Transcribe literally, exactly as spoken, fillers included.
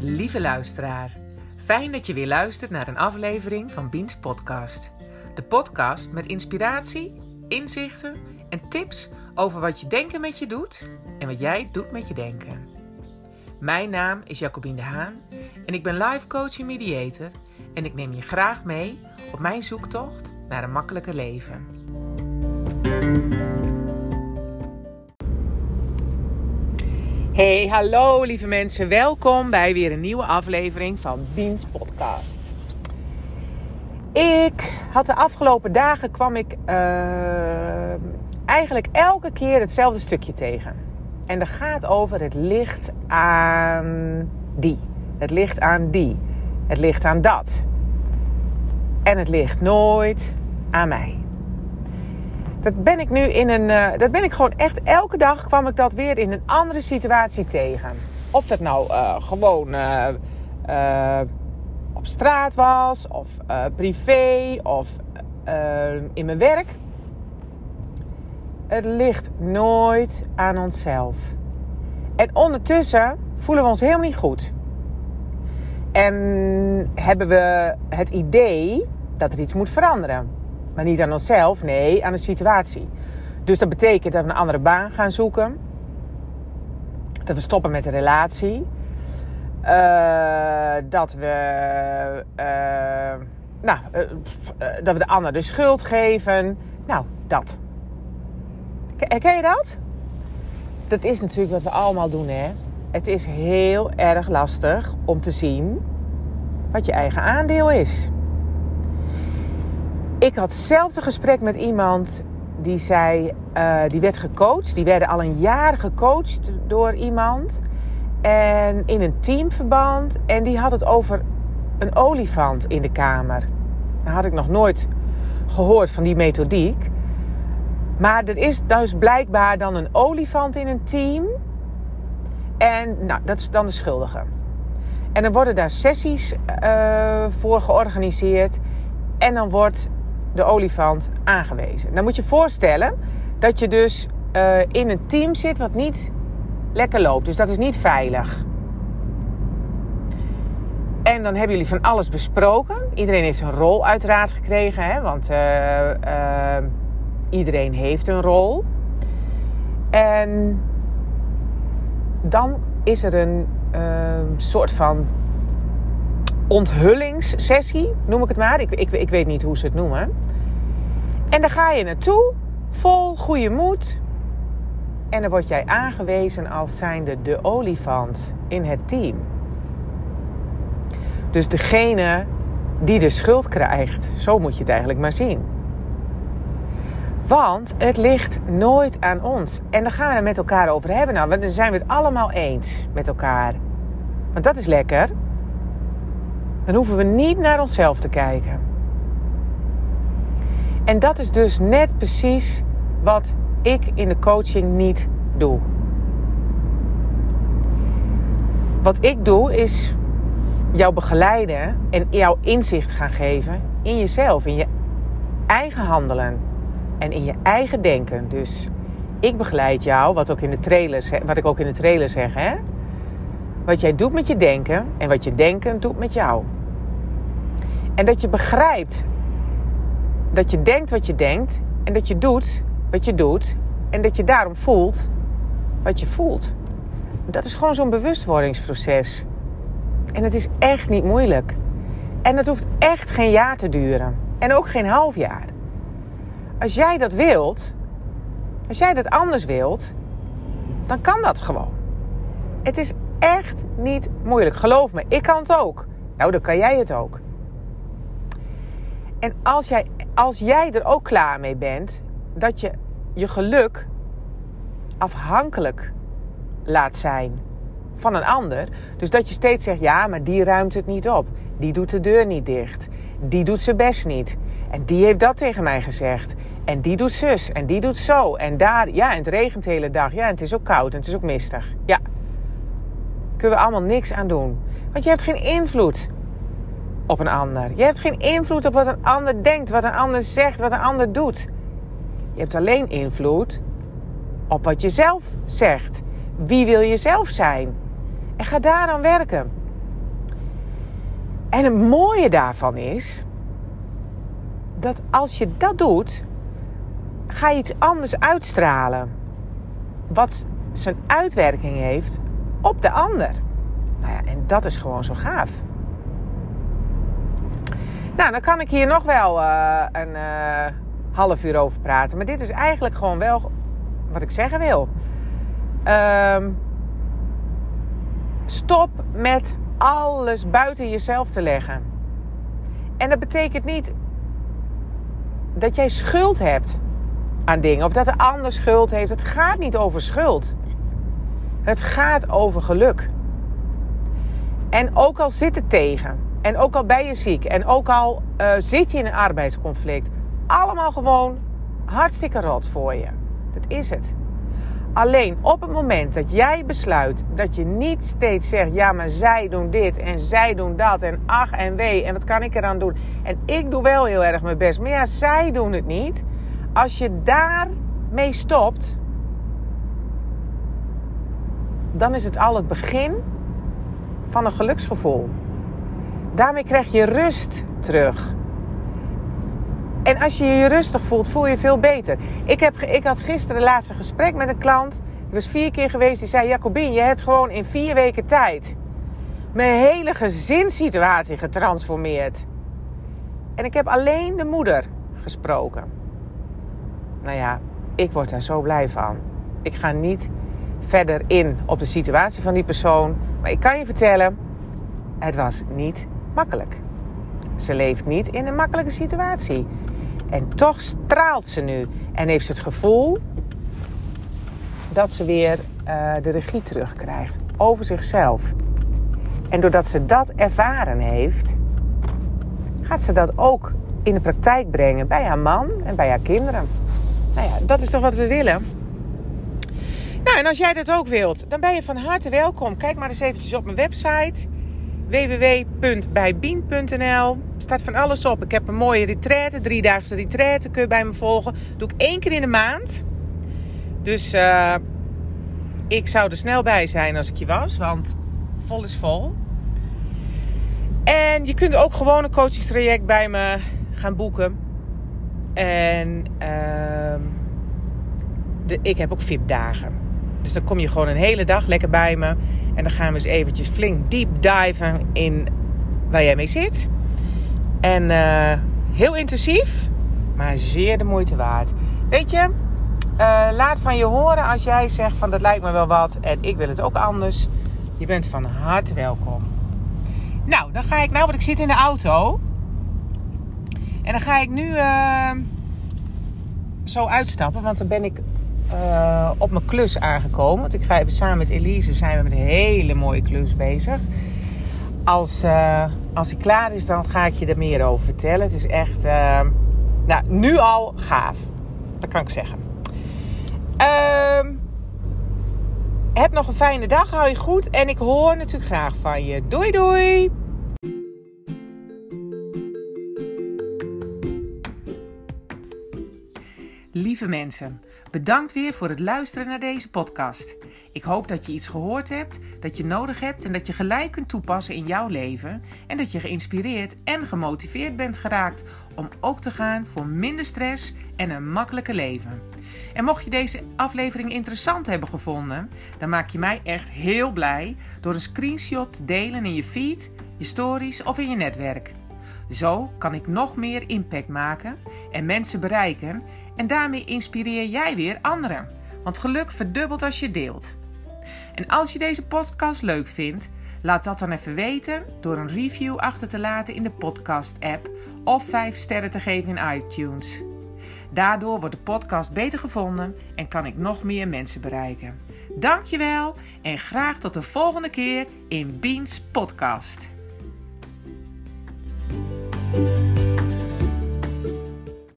Lieve luisteraar, fijn dat je weer luistert naar een aflevering van Bien's podcast. De podcast met inspiratie, inzichten en tips over wat je denken met je doet en wat jij doet met je denken. Mijn naam is Jacobien de Haan en ik ben life coach en mediator en ik neem je graag mee op mijn zoektocht naar een makkelijker leven. Hey, hallo lieve mensen. Welkom bij weer een nieuwe aflevering van Bien's podcast. Ik had de afgelopen dagen kwam ik uh, eigenlijk elke keer hetzelfde stukje tegen. En dat gaat over het ligt aan die. Het ligt aan die. Het ligt aan dat. En het ligt nooit aan mij. Dat ben ik nu in een. Uh, dat ben ik gewoon echt. Elke dag kwam ik dat weer in een andere situatie tegen. Of dat nou uh, gewoon uh, uh, op straat was, of uh, privé, of uh, in mijn werk. Het ligt nooit aan onszelf. En ondertussen voelen we ons helemaal niet goed. En hebben we het idee dat er iets moet veranderen. Maar niet aan onszelf, nee, aan de situatie. Dus dat betekent dat we een andere baan gaan zoeken. Dat we stoppen met de relatie. Uh, dat we... Uh, nou, uh, uh, dat we de ander de schuld geven. Nou, dat. Herken je dat? Dat is natuurlijk wat we allemaal doen, hè. Het is heel erg lastig om te zien wat je eigen aandeel is. Ik had zelf een gesprek met iemand die zei, uh, die werd gecoacht. Die werden al een jaar gecoacht door iemand. En in een teamverband. En die had het over een olifant in de kamer. Dat had ik nog nooit gehoord van die methodiek. Maar er is dus blijkbaar dan een olifant in een team. En nou, dat is dan de schuldige. En dan worden daar sessies uh, voor georganiseerd. En dan wordt de olifant aangewezen. Dan moet je je voorstellen dat je dus uh, in een team zit wat niet lekker loopt. Dus dat is niet veilig. En dan hebben jullie van alles besproken. Iedereen heeft een rol uiteraard gekregen. Hè? Want uh, uh, iedereen heeft een rol. En dan is er een uh, soort van onthullingssessie, noem ik het maar. Ik, ik, ik weet niet hoe ze het noemen. En dan ga je naartoe, vol goede moed. En dan word jij aangewezen als zijnde de olifant in het team. Dus degene die de schuld krijgt. Zo moet je het eigenlijk maar zien. Want het ligt nooit aan ons. En daar gaan we het met elkaar over hebben. Nou, dan zijn we het allemaal eens met elkaar. Want dat is lekker. Dan hoeven we niet naar onszelf te kijken. En dat is dus net precies wat ik in de coaching niet doe. Wat ik doe is jou begeleiden en jou inzicht gaan geven in jezelf, in je eigen handelen en in je eigen denken. Dus ik begeleid jou, wat, ook in de trailer, wat ik ook in de trailer zeg, hè? Wat jij doet met je denken en wat je denken doet met jou. En dat je begrijpt dat je denkt wat je denkt en dat je doet wat je doet en dat je daarom voelt wat je voelt. Dat is gewoon zo'n bewustwordingsproces. En het is echt niet moeilijk. En het hoeft echt geen jaar te duren. En ook geen half jaar. Als jij dat wilt, als jij dat anders wilt, dan kan dat gewoon. Het is echt niet moeilijk. Geloof me, ik kan het ook. Nou, dan kan jij het ook. En als jij, als jij er ook klaar mee bent, dat je je geluk afhankelijk laat zijn van een ander. Dus dat je steeds zegt, ja, maar die ruimt het niet op. Die doet de deur niet dicht. Die doet zijn best niet. En die heeft dat tegen mij gezegd. En die doet zus. En die doet zo. En daar, ja, en het regent de hele dag. Ja, en het is ook koud en het is ook mistig. Ja. Kunnen we allemaal niks aan doen. Want je hebt geen invloed op een ander. Je hebt geen invloed op wat een ander denkt, wat een ander zegt, wat een ander doet. Je hebt alleen invloed op wat je zelf zegt. Wie wil je zelf zijn? En ga daar aan werken. En het mooie daarvan is dat als je dat doet, ga je iets anders uitstralen. Wat zijn uitwerking heeft op de ander. Nou ja, en dat is gewoon zo gaaf. Nou, dan kan ik hier nog wel uh, een uh, half uur over praten. Maar dit is eigenlijk gewoon wel wat ik zeggen wil. Um, stop met alles buiten jezelf te leggen. En dat betekent niet dat jij schuld hebt aan dingen. Of dat de ander schuld heeft. Het gaat niet over schuld. Het gaat over geluk. En ook al zit het tegen. En ook al ben je ziek. En ook al uh, zit je in een arbeidsconflict. Allemaal gewoon hartstikke rot voor je. Dat is het. Alleen op het moment dat jij besluit dat je niet steeds zegt... ja, maar zij doen dit en zij doen dat en ach en wee en wat kan ik eraan doen? En ik doe wel heel erg mijn best, maar ja, zij doen het niet. Als je daarmee stopt, dan is het al het begin van een geluksgevoel. Daarmee krijg je rust terug. En als je je rustig voelt, voel je veel beter. Ik, heb, ik had gisteren het laatste gesprek met een klant. Die was vier keer geweest. Die zei, Jacobien, je hebt gewoon in vier weken tijd mijn hele gezinssituatie getransformeerd. En ik heb alleen de moeder gesproken. Nou ja, ik word daar zo blij van. Ik ga niet verder in op de situatie van die persoon. Maar ik kan je vertellen, het was niet makkelijk. Ze leeft niet in een makkelijke situatie. En toch straalt ze nu. En heeft ze het gevoel dat ze weer uh, de regie terugkrijgt over zichzelf. En doordat ze dat ervaren heeft, gaat ze dat ook in de praktijk brengen bij haar man en bij haar kinderen. Nou ja, dat is toch wat we willen. Nou, en als jij dat ook wilt, dan ben je van harte welkom. Kijk maar eens eventjes op mijn website w w w punt bijbien punt n l. Er staat van alles op. Ik heb een mooie retraite, driedaagse retraite. Kun je bij me volgen. Doe ik één keer in de maand. Dus uh, ik zou er snel bij zijn als ik je was. Want vol is vol. En je kunt ook gewoon een coachingstraject bij me gaan boeken. En uh, de, ik heb ook V I P-dagen. Dus dan kom je gewoon een hele dag lekker bij me. En dan gaan we eens eventjes flink deep diven in waar jij mee zit. En uh, heel intensief, maar zeer de moeite waard. Weet je, uh, laat van je horen als jij zegt van dat lijkt me wel wat. En ik wil het ook anders. Je bent van harte welkom. Nou, dan ga ik nou, want ik zit in de auto. En dan ga ik nu uh, zo uitstappen, want dan ben ik uh, op mijn klus aangekomen. Want ik ga even samen met Elise, zijn we met een hele mooie klus bezig. Als, uh, als hij klaar is, dan ga ik je er meer over vertellen. Het is echt, uh, nou, nu al gaaf. Dat kan ik zeggen. Uh, heb nog een fijne dag, hou je goed. En ik hoor natuurlijk graag van je. Doei doei! Lieve mensen, bedankt weer voor het luisteren naar deze podcast. Ik hoop dat je iets gehoord hebt, dat je nodig hebt en dat je gelijk kunt toepassen in jouw leven. En dat je geïnspireerd en gemotiveerd bent geraakt om ook te gaan voor minder stress en een makkelijker leven. En mocht je deze aflevering interessant hebben gevonden, dan maak je mij echt heel blij door een screenshot te delen in je feed, je stories of in je netwerk. Zo kan ik nog meer impact maken en mensen bereiken en daarmee inspireer jij weer anderen. Want geluk verdubbelt als je deelt. En als je deze podcast leuk vindt, laat dat dan even weten door een review achter te laten in de podcast-app of vijf sterren te geven in iTunes. Daardoor wordt de podcast beter gevonden en kan ik nog meer mensen bereiken. Dankjewel en graag tot de volgende keer in Bien's podcast.